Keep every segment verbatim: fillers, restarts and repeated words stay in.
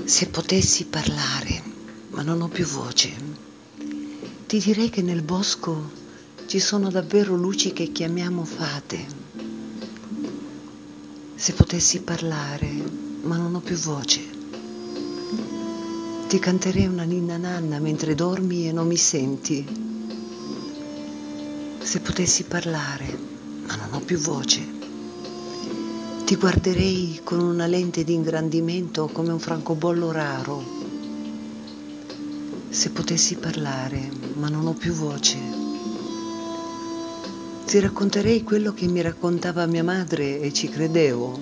Se potessi parlare, ma non ho più voce, ti direi che nel bosco ci sono davvero luci che chiamiamo fate. Se potessi parlare, ma non ho più voce, ti canterei una ninna nanna mentre dormi e non mi senti. Se potessi parlare, ma non ho più voce, ti guarderei con una lente di ingrandimento come un francobollo raro. Se potessi parlare, ma non ho più voce, ti racconterei quello che mi raccontava mia madre e ci credevo.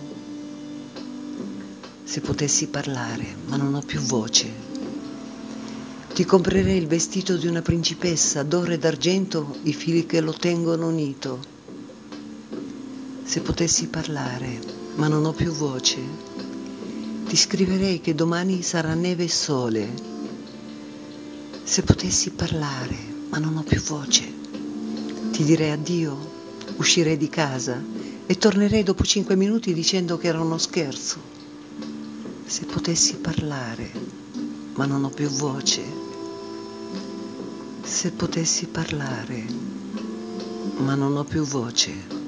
Se potessi parlare, ma non ho più voce, ti comprerei il vestito di una principessa, d'oro e d'argento i fili che lo tengono unito. Se potessi parlare, ma non ho più voce, ti scriverei che domani sarà neve e sole. Se potessi parlare, ma non ho più voce, ti direi addio, uscirei di casa e tornerei dopo cinque minuti dicendo che era uno scherzo. Se potessi parlare, ma non ho più voce, se potessi parlare, ma non ho più voce.